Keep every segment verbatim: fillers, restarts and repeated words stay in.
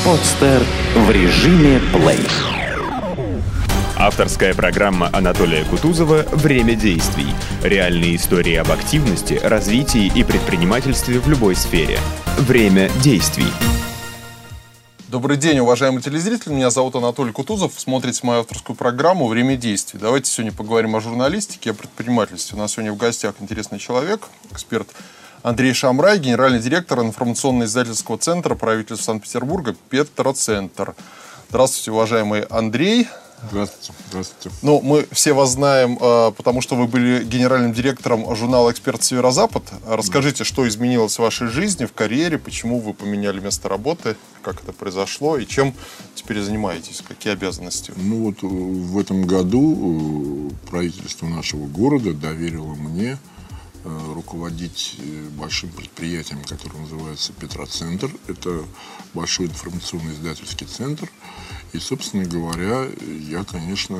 Подстер в режиме плей. Авторская программа Анатолия Кутузова «Время действий». Реальные истории об активности, развитии и предпринимательстве в любой сфере. Время действий. Добрый день, уважаемые телезрители. Меня зовут Анатолий Кутузов. Смотрите мою авторскую программу «Время действий». Давайте сегодня поговорим о журналистике, о предпринимательстве. У нас сегодня в гостях интересный человек, эксперт Андрей Шамрай, генеральный директор информационно-издательского центра правительства Санкт-Петербурга «Петроцентр». Здравствуйте, уважаемый Андрей. Здравствуйте. Здравствуйте. Ну, мы все вас знаем, потому что вы были генеральным директором журнала «Эксперт Северо-Запад». Расскажите, что изменилось в вашей жизни, в карьере, почему вы поменяли место работы, как это произошло и чем теперь занимаетесь, какие обязанности? Ну вот в этом году правительство нашего города доверило мне руководить большим предприятием, которое называется «Петроцентр». Это большой информационный издательский центр. И, собственно говоря, я, конечно,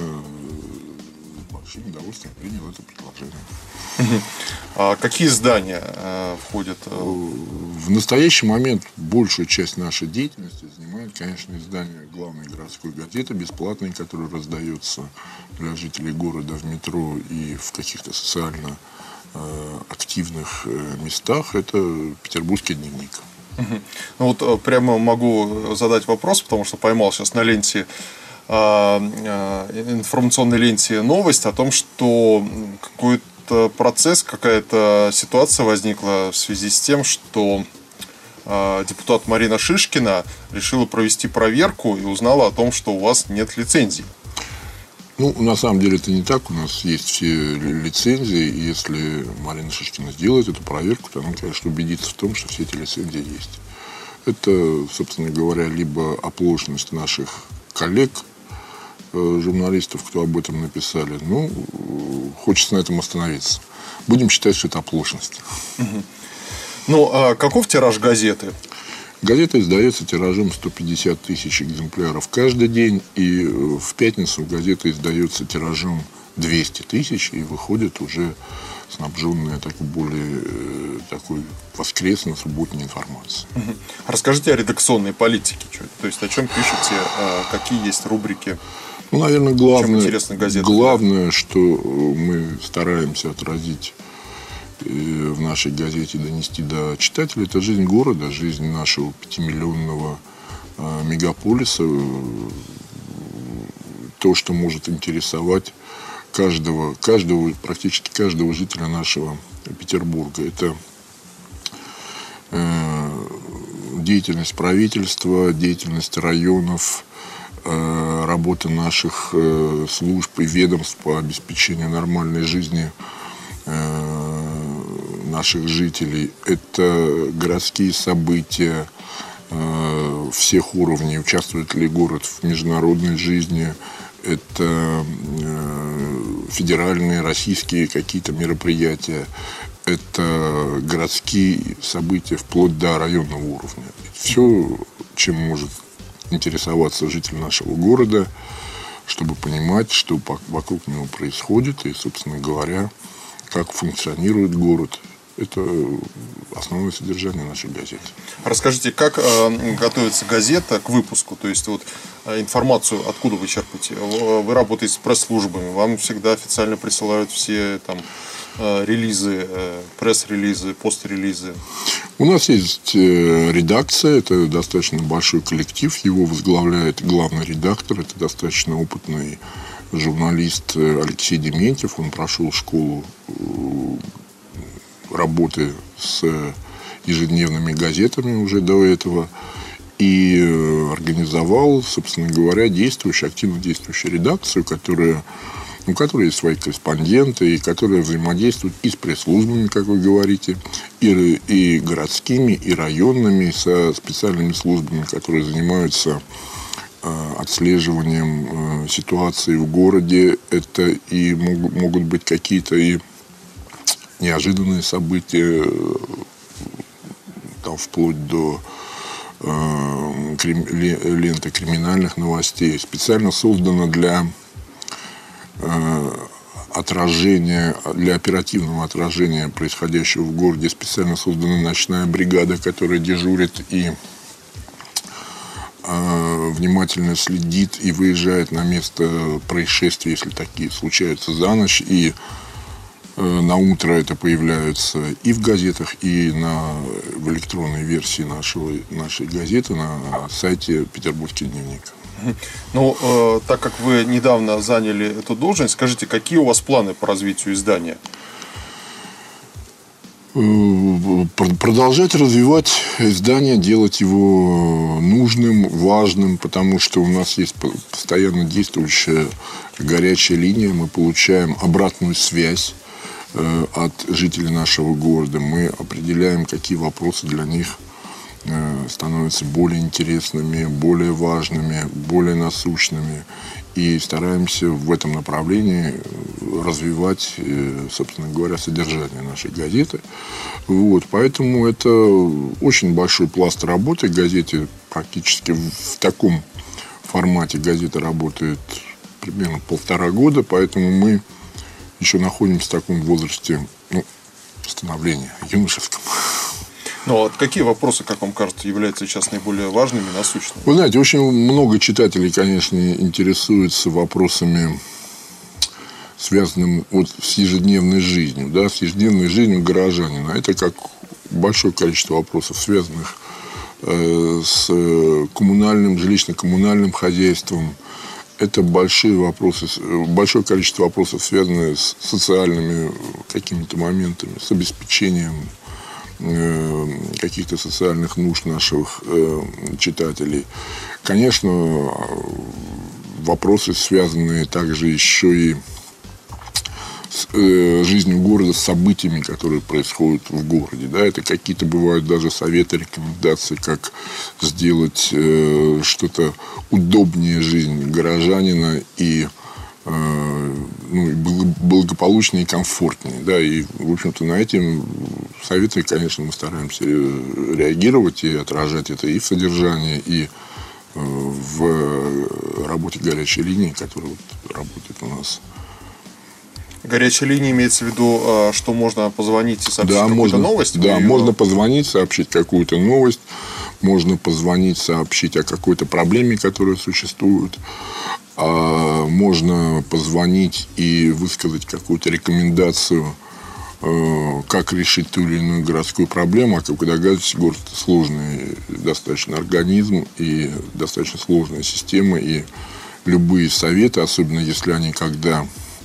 с большим удовольствием принял это предложение. А какие издания э, входят? В настоящий момент большую часть нашей деятельности занимает, конечно, издание главной городской газеты, бесплатной, которая раздается для жителей города в метро и в каких-то социально активных местах. Это «Петербургский дневник». Ну вот прямо могу задать вопрос, потому что поймал сейчас на ленте, информационной ленте новость о том, что какой-то процесс, какая-то ситуация возникла в связи с тем, что депутат Марина Шишкина решила провести проверку и узнала о том, что у вас нет лицензии. Ну, на самом деле это не так. У нас есть все лицензии. И если Марина Шишкина сделает эту проверку, то она, конечно, убедится в том, что все эти лицензии есть. Это, собственно говоря, либо оплошность наших коллег, журналистов, кто об этом написали. Ну, хочется на этом остановиться. Будем считать, что это оплошность. Угу. Ну, а каков тираж газеты? Газета издается тиражом сто пятьдесят тысяч экземпляров каждый день. И в пятницу газета издается тиражом двести тысяч и выходит уже снабженная такой более такой воскресно-субботней информацией. Угу. Расскажите о редакционной политике. То есть о чем пишете, какие есть рубрики? Ну, наверное, главное, газета, главное, что мы стараемся отразить в нашей газете, донести до читателей, это жизнь города, жизнь нашего пятимиллионного э, мегаполиса, то, что может интересовать каждого, каждого, практически каждого жителя нашего Петербурга. Это э, деятельность правительства, деятельность районов, э, работа наших э, служб и ведомств по обеспечению нормальной жизни наших жителей. Это городские события э, всех уровней. Участвует ли город в международной жизни. Это э, федеральные, российские какие-то мероприятия. Это городские события вплоть до районного уровня. Все, чем может интересоваться житель нашего города, чтобы понимать, что вокруг него происходит и, собственно говоря, как функционирует город. Это основное содержание нашей газеты. Расскажите, как э, готовится газета к выпуску? То есть вот информацию откуда вы черпаете? Вы работаете с пресс-службами, вам всегда официально присылают все там э, релизы, э, пресс-релизы, пост-релизы? У нас есть э, редакция, это достаточно большой коллектив, его возглавляет главный редактор, это достаточно опытный журналист Алексей Дементьев, он прошел школу э, работы с ежедневными газетами уже до этого и организовал, собственно говоря, действующую, активно действующую редакцию, которая, у которой есть свои корреспонденты, и которая взаимодействует и с пресс-службами, как вы говорите, и, и городскими, и районными, со специальными службами, которые занимаются э, отслеживанием э, ситуации в городе. Это и могут, могут быть какие-то и неожиданные события, там, вплоть до э, крим, ленты криминальных новостей. Специально создана для э, отражения, для оперативного отражения происходящего в городе специально создана ночная бригада, которая дежурит и внимательно следит и выезжает на место происшествия, если такие случаются за ночь. И на утро это появляется и в газетах, и на, в электронной версии нашего, нашей газеты на сайте «Петербургский дневник». Ну, э, так как вы недавно заняли эту должность, скажите, какие у вас планы по развитию издания? Продолжать развивать издание, делать его нужным, важным, потому что у нас есть постоянно действующая горячая линия, мы получаем обратную связь от жителей нашего города, мы определяем, какие вопросы для них становятся более интересными, более важными, более насущными. И стараемся в этом направлении развивать, собственно говоря, содержание нашей газеты. Вот, поэтому это очень большой пласт работы. Газете практически в таком формате газета работает примерно полтора года, поэтому мы еще находимся в таком возрасте, ну, становления юношеском. Ну, а какие вопросы, как вам кажется, являются сейчас наиболее важными и насущными? Вы знаете, очень много читателей, конечно, интересуются вопросами, связанными вот с ежедневной жизнью, да, с ежедневной жизнью горожанина. Это как большое количество вопросов, связанных э, с коммунальным, жилищно-коммунальным хозяйством. Это большие вопросы, большое количество вопросов, связанных с социальными какими-то моментами, с обеспечением каких-то социальных нужд наших э, читателей. Конечно, вопросы, связанные также еще и с э, жизнью города, с событиями, которые происходят в городе. Да, это какие-то бывают даже советы, рекомендации, как сделать э, что-то удобнее жизни горожанина и ну, благополучнее и комфортнее. Да, и, в общем-то, на эти советы, конечно, мы стараемся реагировать и отражать это и в содержании, и в работе горячей линии, которая вот работает у нас. Горячая линия имеется в виду, что можно позвонить и сообщить да, какую-то можно, новость? Да, ее... можно позвонить, сообщить какую-то новость, можно позвонить, сообщить о какой-то проблеме, которая существует. А можно позвонить и высказать какую-то рекомендацию, как решить ту или иную городскую проблему. А как вы догадываетесь, город – сложный достаточно организм и достаточно сложная система. И любые советы, особенно если они когда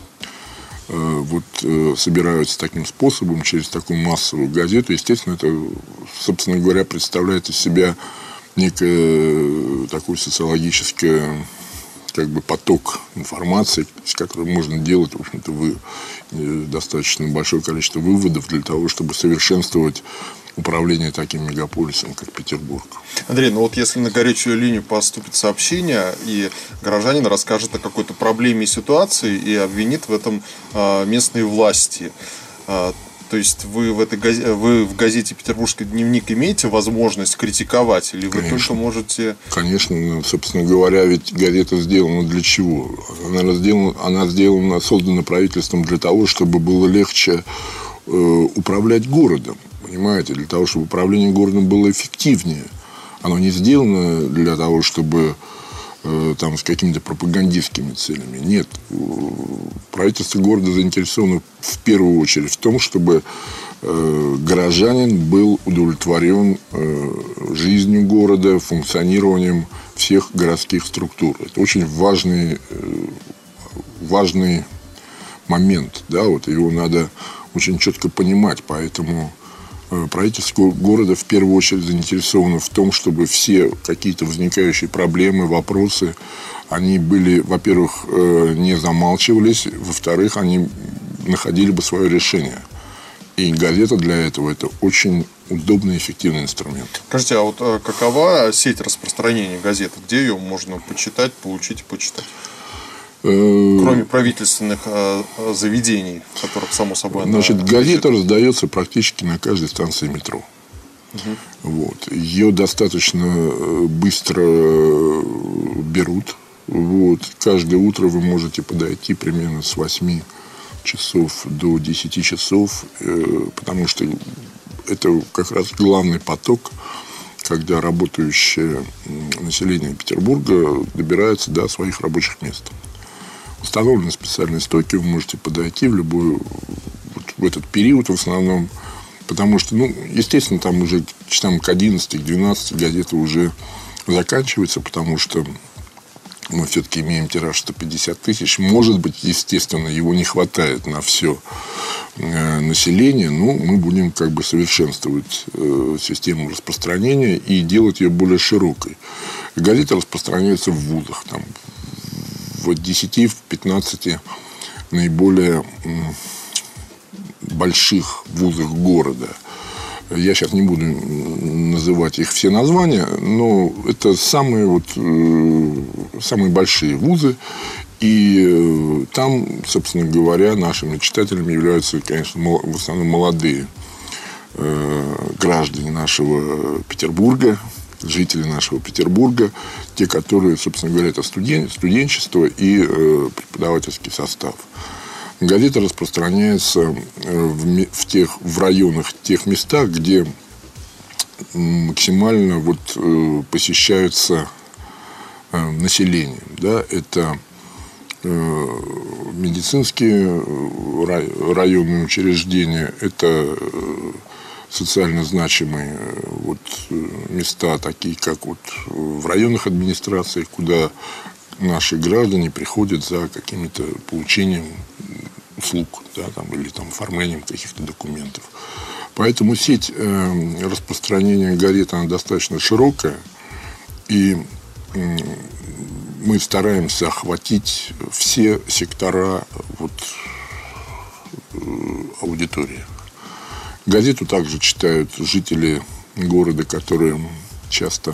вот, собираются таким способом, через такую массовую газету, естественно, это, собственно говоря, представляет из себя некое такое социологическое как бы поток информации, с которым можно делать, в общем-то, вы, достаточно большое количество выводов для того, чтобы совершенствовать управление таким мегаполисом, как Петербург. Андрей, ну вот если на горячую линию поступит сообщение, и горожанин расскажет о какой-то проблеме и ситуации, и обвинит в этом э, местные власти, э, то есть вы в, этой газете, вы в газете «Петербургский дневник» имеете возможность критиковать, или вы Конечно. только можете... Конечно, собственно говоря, ведь газета сделана для чего? Она сделана, она сделана, создана правительством для того, чтобы было легче э, управлять городом. Понимаете, для того, чтобы управление городом было эффективнее. Оно не сделано для того, чтобы э, там, с какими-то пропагандистскими целями. Нет. Правительство города заинтересовано в первую очередь в том, чтобы э, горожанин был удовлетворен э, жизнью города, функционированием всех городских структур. Это очень важный, э, важный момент. Да? Вот его надо очень четко понимать. Поэтому правительство города в первую очередь заинтересовано в том, чтобы все какие-то возникающие проблемы, вопросы, они были, во-первых, не замалчивались, во-вторых, они находили бы свое решение. И газета для этого – это очень удобный и эффективный инструмент. Скажите, а вот какова сеть распространения газеты? Где ее можно почитать, получить и почитать? Кроме правительственных э, заведений, которых, само собой... Значит, газета раздается практически на каждой станции метро. Угу. Вот. Ее достаточно быстро берут. Вот. Каждое утро вы можете подойти примерно с восьми часов до десяти часов, э, потому что это как раз главный поток, когда работающее население Петербурга добирается до своих рабочих мест. Установлены специальные стойки, вы можете подойти в любую, вот в этот период в основном, потому что, ну, естественно, там уже часам к одиннадцати, к двенадцати газета уже заканчивается, потому что мы все-таки имеем тираж сто пятьдесят тысяч. Может быть, естественно, его не хватает на все население, но мы будем как бы совершенствовать систему распространения и делать ее более широкой. Газета распространяется в вузах, там, в десяти-пятнадцати наиболее больших вузах города. Я сейчас не буду называть их все названия, но это самые, вот, самые большие вузы. И там, собственно говоря, нашими читателями являются, конечно, в основном молодые граждане нашего Петербурга, жители нашего Петербурга, те, которые, собственно говоря, это студен, студенчество и преподавательский состав. Газета распространяется в, в, тех, в районах, тех местах, где максимально вот, посещаются населением. Да? Это медицинские районные учреждения, это социально значимые вот, места, такие как вот в районных администрациях, куда наши граждане приходят за каким-то получением услуг, да, там, или там, оформлением каких-то документов. Поэтому сеть э, распространения газет, она достаточно широкая, и э, мы стараемся охватить все сектора вот, э, аудитории. Газету также читают жители города, которые часто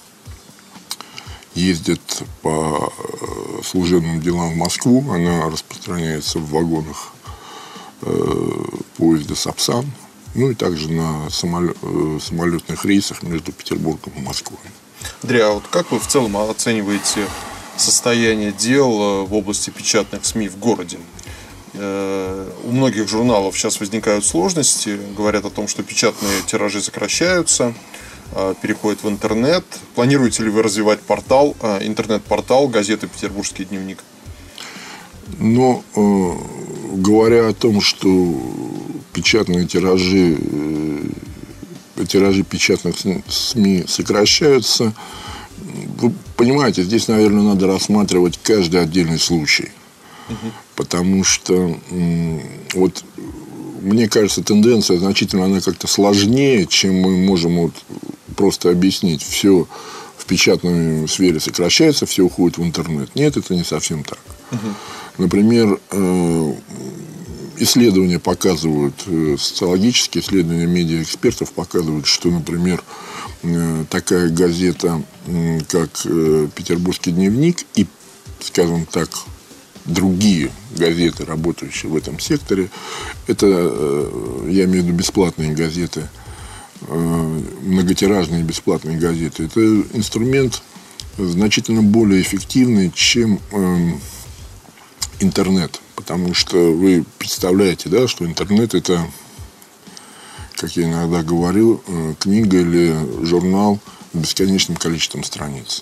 ездят по служебным делам в Москву. Она распространяется в вагонах э, поезда «Сапсан», ну и также на самолет, э, самолетных рейсах между Петербургом и Москвой. Андрей, а вот как вы в целом оцениваете состояние дел в области печатных СМИ в городе? Э, у многих журналов сейчас возникают сложности, говорят о том, что печатные тиражи сокращаются, переходит в интернет. Планируете ли вы развивать портал, интернет-портал газеты «Петербургский дневник»? Но, э, говоря о том, что печатные тиражи, э, тиражи печатных СМИ сокращаются, вы понимаете, здесь, наверное, надо рассматривать каждый отдельный случай. Угу. Потому что э, вот мне кажется, тенденция значительно она как-то сложнее, чем мы можем вот просто объяснить. Все в печатной сфере сокращается, все уходит в интернет. Нет, это не совсем так. Угу. Например, исследования показывают, социологические исследования медиаэкспертов показывают, что, например, такая газета, как «Петербургский дневник» и, скажем так, другие газеты, работающие в этом секторе, это, я имею в виду бесплатные газеты, многотиражные бесплатные газеты, это инструмент значительно более эффективный, чем интернет. Потому что вы представляете, да, что интернет — это, как я иногда говорю, книга или журнал с бесконечным количеством страниц.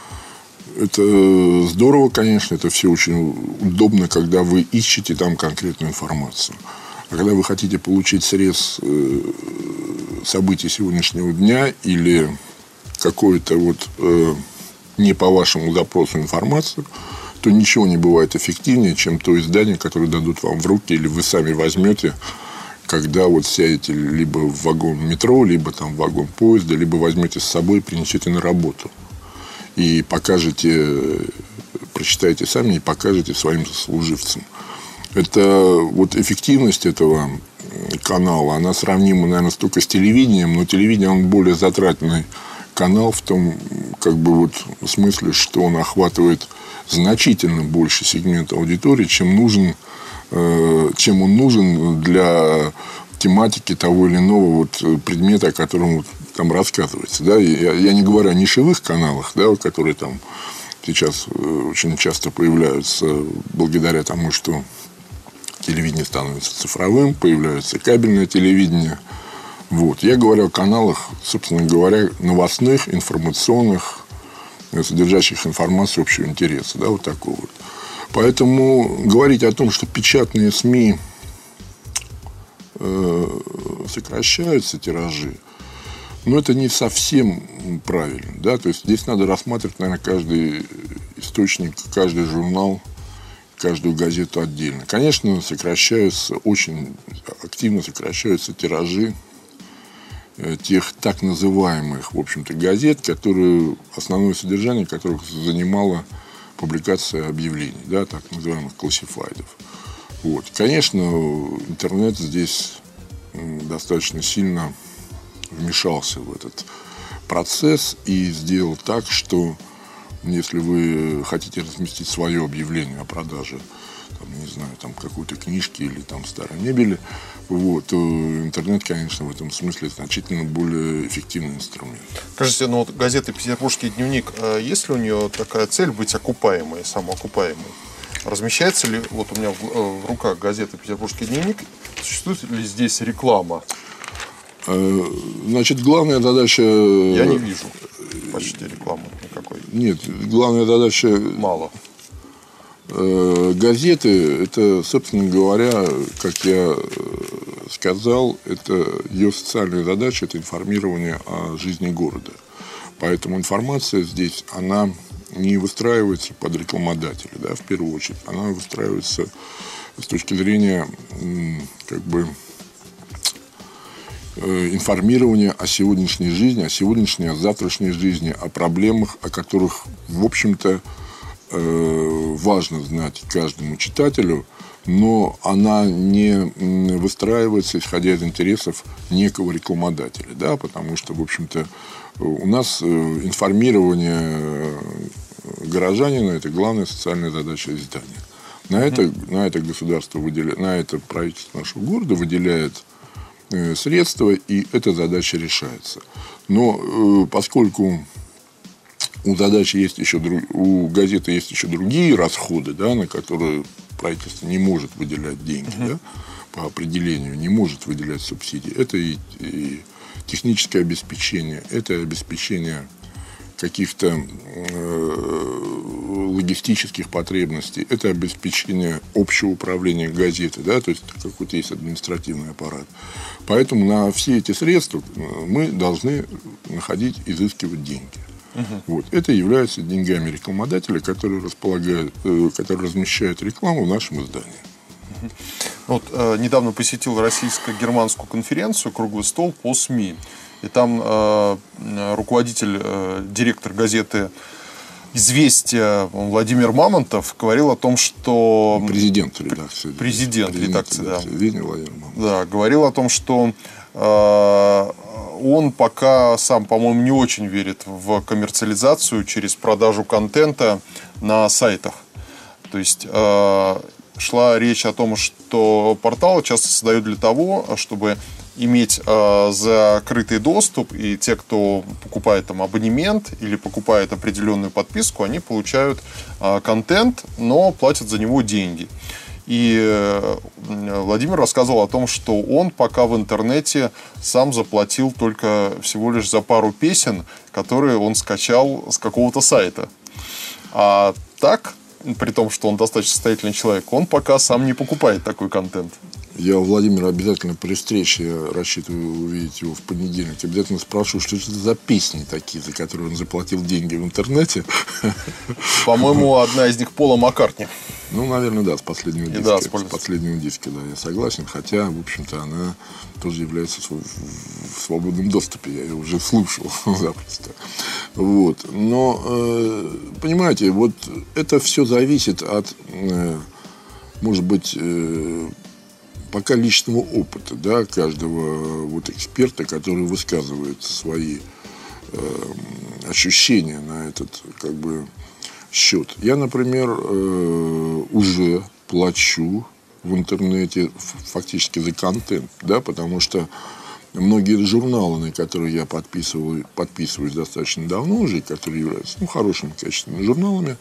Это здорово, конечно, это все очень удобно, когда вы ищете там конкретную информацию. А когда вы хотите получить срез событий сегодняшнего дня или какую-то вот не по вашему запросу информацию, то ничего не бывает эффективнее, чем то издание, которое дадут вам в руки, или вы сами возьмете, когда вот сядете либо в вагон метро, либо там в вагон поезда, либо возьмете с собой и принесете на работу. И покажете, прочитаете сами и покажете своим сослуживцам. Это вот эффективность этого канала, она сравнима, наверное, только с телевидением, но телевидение, он более затратный канал в том, как бы вот в смысле, что он охватывает значительно больше сегмента аудитории, чем нужен, чем он нужен для тематики того или иного вот предмета, о котором вот там рассказывается. Да? Я, я не говорю о нишевых каналах, да, которые там сейчас очень часто появляются благодаря тому, что телевидение становится цифровым, появляется кабельное телевидение. Вот. Я говорю о каналах, собственно говоря, новостных, информационных, содержащих информацию общего интереса. Да, вот такого вот. Поэтому говорить о том, что печатные СМИ э, сокращаются тиражи, но это не совсем правильно. Да? То есть здесь надо рассматривать, наверное, каждый источник, каждый журнал, каждую газету отдельно. Конечно, сокращаются, очень активно сокращаются тиражи тех так называемых, в общем-то, газет, которые, основное содержание которых занимало публикация объявлений, да, так называемых классифайдов. Вот. Конечно, интернет здесь достаточно сильно вмешался в этот процесс и сделал так, что если вы хотите разместить свое объявление о продаже, там, не знаю, там какой-то книжки или там старой мебели, вот, то интернет, конечно, в этом смысле значительно более эффективный инструмент. Скажите, ну вот газета «Петербургский дневник», есть ли у нее такая цель быть окупаемой, самоокупаемой? Размещается ли, вот у меня в, в руках газета «Петербургский дневник», существует ли здесь реклама? Значит, главная задача... Я не вижу почти рекламы никакой. Нет, главная задача... Мало. Газеты, это, собственно говоря, как я сказал, это ее социальная задача, это информирование о жизни города. Поэтому информация здесь, она не выстраивается под рекламодателя, да, в первую очередь. Она выстраивается с точки зрения как бы информирования о сегодняшней жизни, о сегодняшней, о завтрашней жизни, о проблемах, о которых, в общем-то, важно знать каждому читателю, но она не выстраивается, исходя из интересов некого рекламодателя, да, потому что, в общем-то, у нас информирование горожанина – это главная социальная задача издания. На это, на это государство выделяет, на это правительство нашего города выделяет средства, и эта задача решается. Но поскольку у задачи есть еще, у газеты есть еще другие расходы, да, на которые правительство не может выделять деньги, uh-huh. да, по определению, не может выделять субсидии. Это и, и техническое обеспечение, это обеспечение каких-то э, логистических потребностей, это обеспечение общего управления газетой, да, то есть какой-то есть административный аппарат. Поэтому на все эти средства мы должны находить, изыскивать деньги. Uh-huh. Вот. Это является деньгами рекламодателя, который располагает, э, который размещает рекламу в нашем издании. Uh-huh. Вот, э, недавно посетил российско-германскую конференцию «Круглый стол» по СМИ. И там э, руководитель, э, директор газеты «Известия» Владимир Мамонтов говорил о том, что... Президент редакции. Президент, Президент редакции, редакции, да. Владимир Мамонтов. Да, говорил о том, что... Э, он пока сам, по-моему, не очень верит в коммерциализацию через продажу контента на сайтах. То есть э, шла речь о том, что порталы часто создают для того, чтобы иметь э, закрытый доступ, и те, кто покупает там абонемент или покупает определенную подписку, они получают э, контент, но платят за него деньги. И Владимир рассказывал о том, что он пока в интернете сам заплатил только всего лишь за пару песен, которые он скачал с какого-то сайта. А так, при том, что он достаточно состоятельный человек, он пока сам не покупает такой контент. Я у Владимира обязательно при встрече, я рассчитываю увидеть его в понедельник, обязательно спрошу, что это за песни такие, за которые он заплатил деньги в интернете. По-моему, одна из них Пола Маккартни. Ну, наверное, да, с последнего диска. Да, с, с последнего диска, да, я согласен. Хотя, в общем-то, она тоже является в свободном доступе. Я ее уже слушал запросто. Вот. Но, э, понимаете, вот это все зависит от, э, может быть, э, пока личного опыта, да, каждого вот эксперта, который высказывает свои э, ощущения на этот, как бы, счет. Я, например, э, уже плачу в интернете фактически за контент, да, потому что многие журналы, на которые я подписываю, подписываюсь достаточно давно уже, которые являются, ну, хорошими, качественными журналами,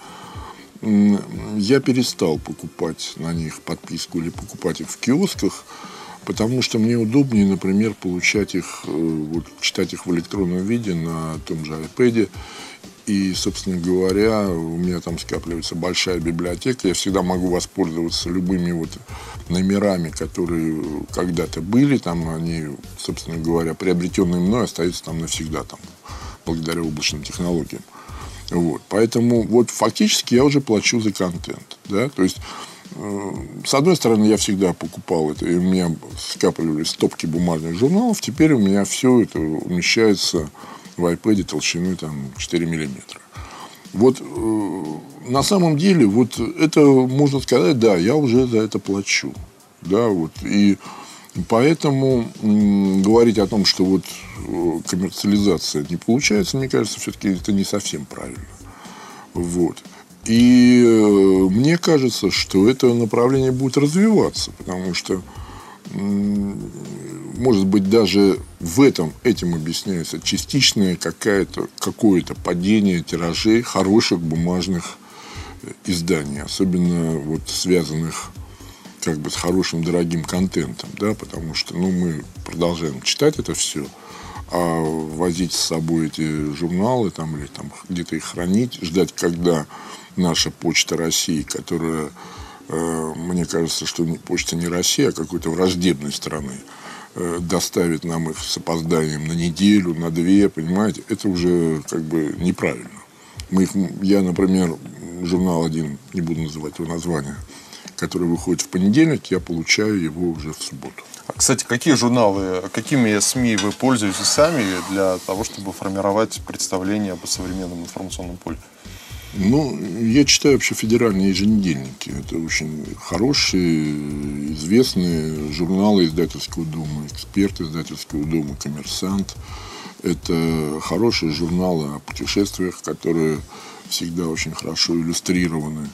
я перестал покупать на них подписку или покупать их в киосках, потому что мне удобнее, например, получать их, вот, читать их в электронном виде на том же iPad. И, собственно говоря, у меня там скапливается большая библиотека. Я всегда могу воспользоваться любыми вот номерами, которые когда-то были. Там они, собственно говоря, приобретенные мной, остаются там навсегда, там, благодаря облачным технологиям. Вот. Поэтому вот фактически я уже плачу за контент. Да? То есть, э, с одной стороны, я всегда покупал это, и у меня скапливались стопки бумажных журналов. Теперь у меня все это умещается в iPad толщиной там, четыре миллиметра. Вот э, на самом деле, вот это можно сказать, да, я уже за это плачу. Да, вот, и поэтому м, говорить о том, что вот э, коммерциализация не получается, мне кажется, все-таки это не совсем правильно. Вот. И э, мне кажется, что это направление будет развиваться, потому что может быть, даже в этом этим объясняется частичное какое-то, какое-то падение тиражей хороших бумажных изданий, особенно вот связанных как бы с хорошим дорогим контентом, да, потому что ну, мы продолжаем читать это все, а возить с собой эти журналы там, или там, где-то их хранить, ждать, когда наша Почта России, которая, э, мне кажется, что почта не Россия, а какой-то враждебной страны, доставит нам их с опозданием на неделю, на две, понимаете, это уже как бы неправильно. Мы их, я, например, журнал один, не буду называть его название, который выходит в понедельник, я получаю его уже в субботу. Кстати, какие журналы, какими СМИ вы пользуетесь сами для того, чтобы формировать представление об современном информационном поле? Ну, я читаю вообще федеральные еженедельники. Это очень хорошие, известные журналы издательского дома, «Эксперт» издательского дома, «Коммерсант». Это хорошие журналы о путешествиях, которые всегда очень хорошо иллюстрированы.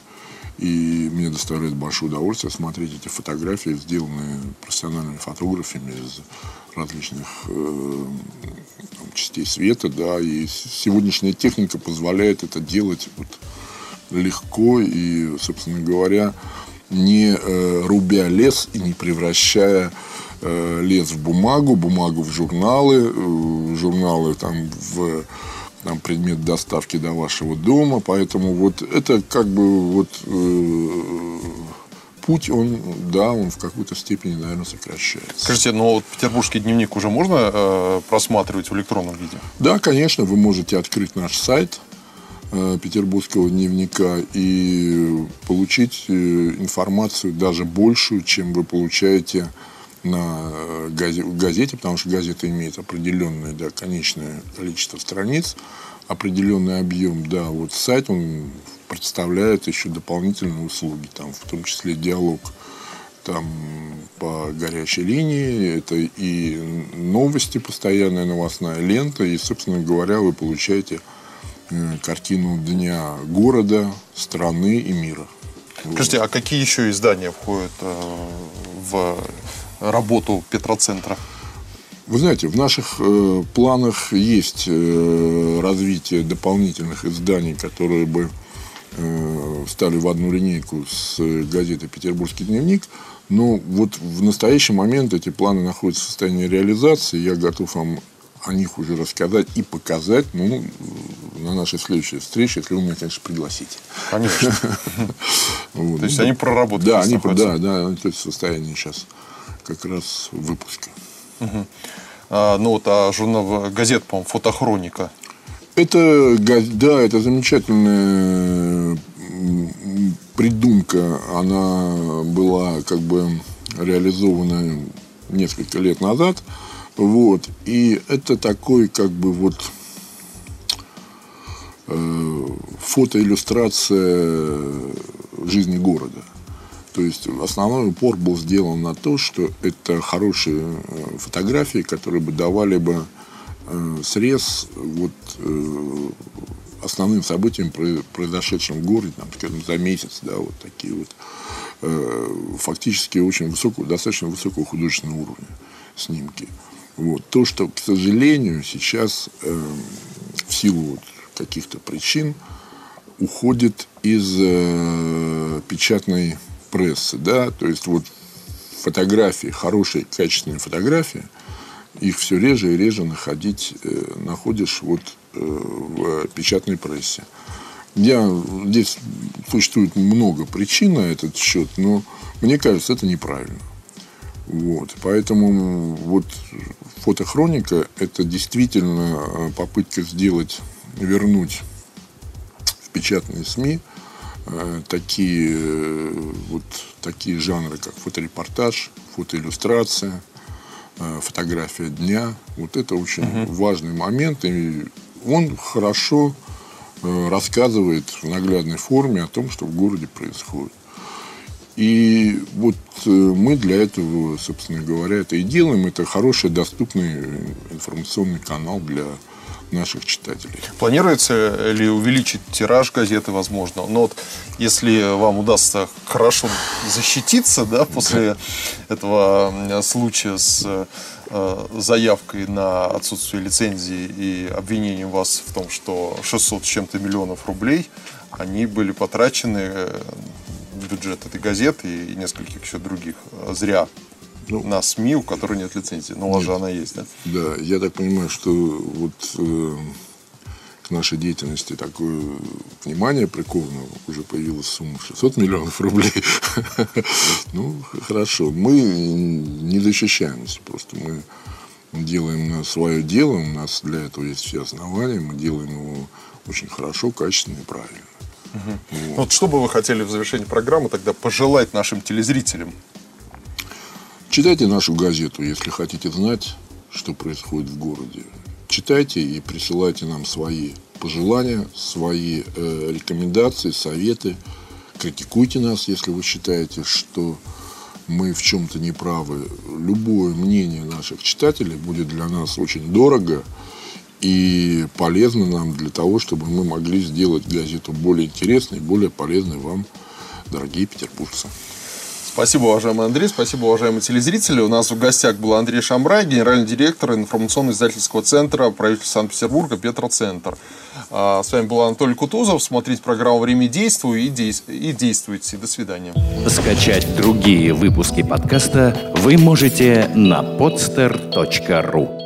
И мне доставляет большое удовольствие смотреть эти фотографии, сделанные профессиональными фотографами из различных э, там, частей света, да, и сегодняшняя техника позволяет это делать вот легко и, собственно говоря, не э, рубя лес и не превращая э, лес в бумагу, бумагу в журналы, э, журналы там в там, предмет доставки до вашего дома, поэтому вот это как бы вот э, путь, он, да, он в какой-то степени, наверное, сокращается. Скажите, но вот петербургский дневник уже можно э, просматривать в электронном виде? Да, конечно, вы можете открыть наш сайт э, петербургского дневника и получить э, информацию даже большую, чем вы получаете на газете, газете, потому что газета имеет определенное, да, конечное количество страниц, определенный объем, да, вот сайт, он представляет еще дополнительные услуги, там, в том числе диалог там, по горячей линии, это и новости, постоянная новостная лента, и, собственно говоря, вы получаете э, картину дня города, страны и мира. Скажите, вот. А какие еще издания входят э, в работу Петроцентра? Вы знаете, в наших э, планах есть э, развитие дополнительных изданий, которые бы э, встали в одну линейку с газетой «Петербургский дневник». Но вот в настоящий момент эти планы находятся в состоянии реализации. Я готов вам о них уже рассказать и показать, ну, на нашей следующей встрече, если вы меня, конечно, пригласите. Конечно. То есть они проработали. Да, они в состоянии сейчас как раз выпуска. Угу. А, ну вот, а журнал газет, по-моему, «Фотохроника». Это, да, это замечательная придумка. Она была как бы реализована несколько лет назад. Вот. И это такой как бы вот э, фотоиллюстрация жизни города. То есть основной упор был сделан на то, что это хорошие фотографии, которые бы давали бы э, срез вот, э, основным событиям, произошедшим в городе, там, скажем, за месяц, да, вот такие вот э, фактически очень высокого, достаточно высокого художественного уровня снимки. Вот. То, что, к сожалению, сейчас э, в силу вот каких-то причин уходит из э, печатной прессы, да, то есть вот фотографии, хорошие, качественные фотографии, их все реже и реже находить, э, находишь вот, э, в печатной прессе. Я, здесь существует много причин на этот счет, но мне кажется, это неправильно. Вот. Поэтому вот фотохроника – это действительно попытка сделать, вернуть в печатные СМИ э, такие, э, вот, такие жанры, как фоторепортаж, фотоиллюстрация, э, фотография дня. Вот это очень uh-huh. важный момент, и он хорошо рассказывает в наглядной форме о том, что в городе происходит. И вот мы для этого, собственно говоря, это и делаем. Это хороший, доступный информационный канал для наших читателей. Планируется ли увеличить тираж газеты, возможно? Но вот если вам удастся хорошо защититься, да, после да. этого случая с э, заявкой на отсутствие лицензии и обвинением вас в том, что шестьсот с чем-то миллионов рублей, они были потрачены в бюджет этой газеты и нескольких еще других зря. Ну, на СМИ, у которой нет лицензии. Но у вас же она есть, да? Да, я так понимаю, что вот э, к нашей деятельности такое внимание приковано. Уже появилась сумма шестьсот миллионов рублей. Ну, хорошо. Мы не защищаемся. Просто мы делаем свое дело. У нас для этого есть все основания. Мы делаем его очень хорошо, качественно и правильно. Вот. Вот что бы вы хотели в завершении программы тогда пожелать нашим телезрителям? Читайте нашу газету, если хотите знать, что происходит в городе. Читайте и присылайте нам свои пожелания, свои э, рекомендации, советы. Критикуйте нас, если вы считаете, что мы в чем-то неправы. Любое мнение наших читателей будет для нас очень дорого и полезно нам для того, чтобы мы могли сделать газету более интересной, более полезной вам, дорогие петербуржцы. Спасибо, уважаемый Андрей, спасибо, уважаемые телезрители. У нас в гостях был Андрей Шамрай, генеральный директор информационно-издательского центра правительства Санкт-Петербурга «Петроцентр». С вами был Анатолий Кутузов. Смотрите программу «Время действует» и действуйте. До свидания. Скачать другие выпуски подкаста вы можете на podster точка ру.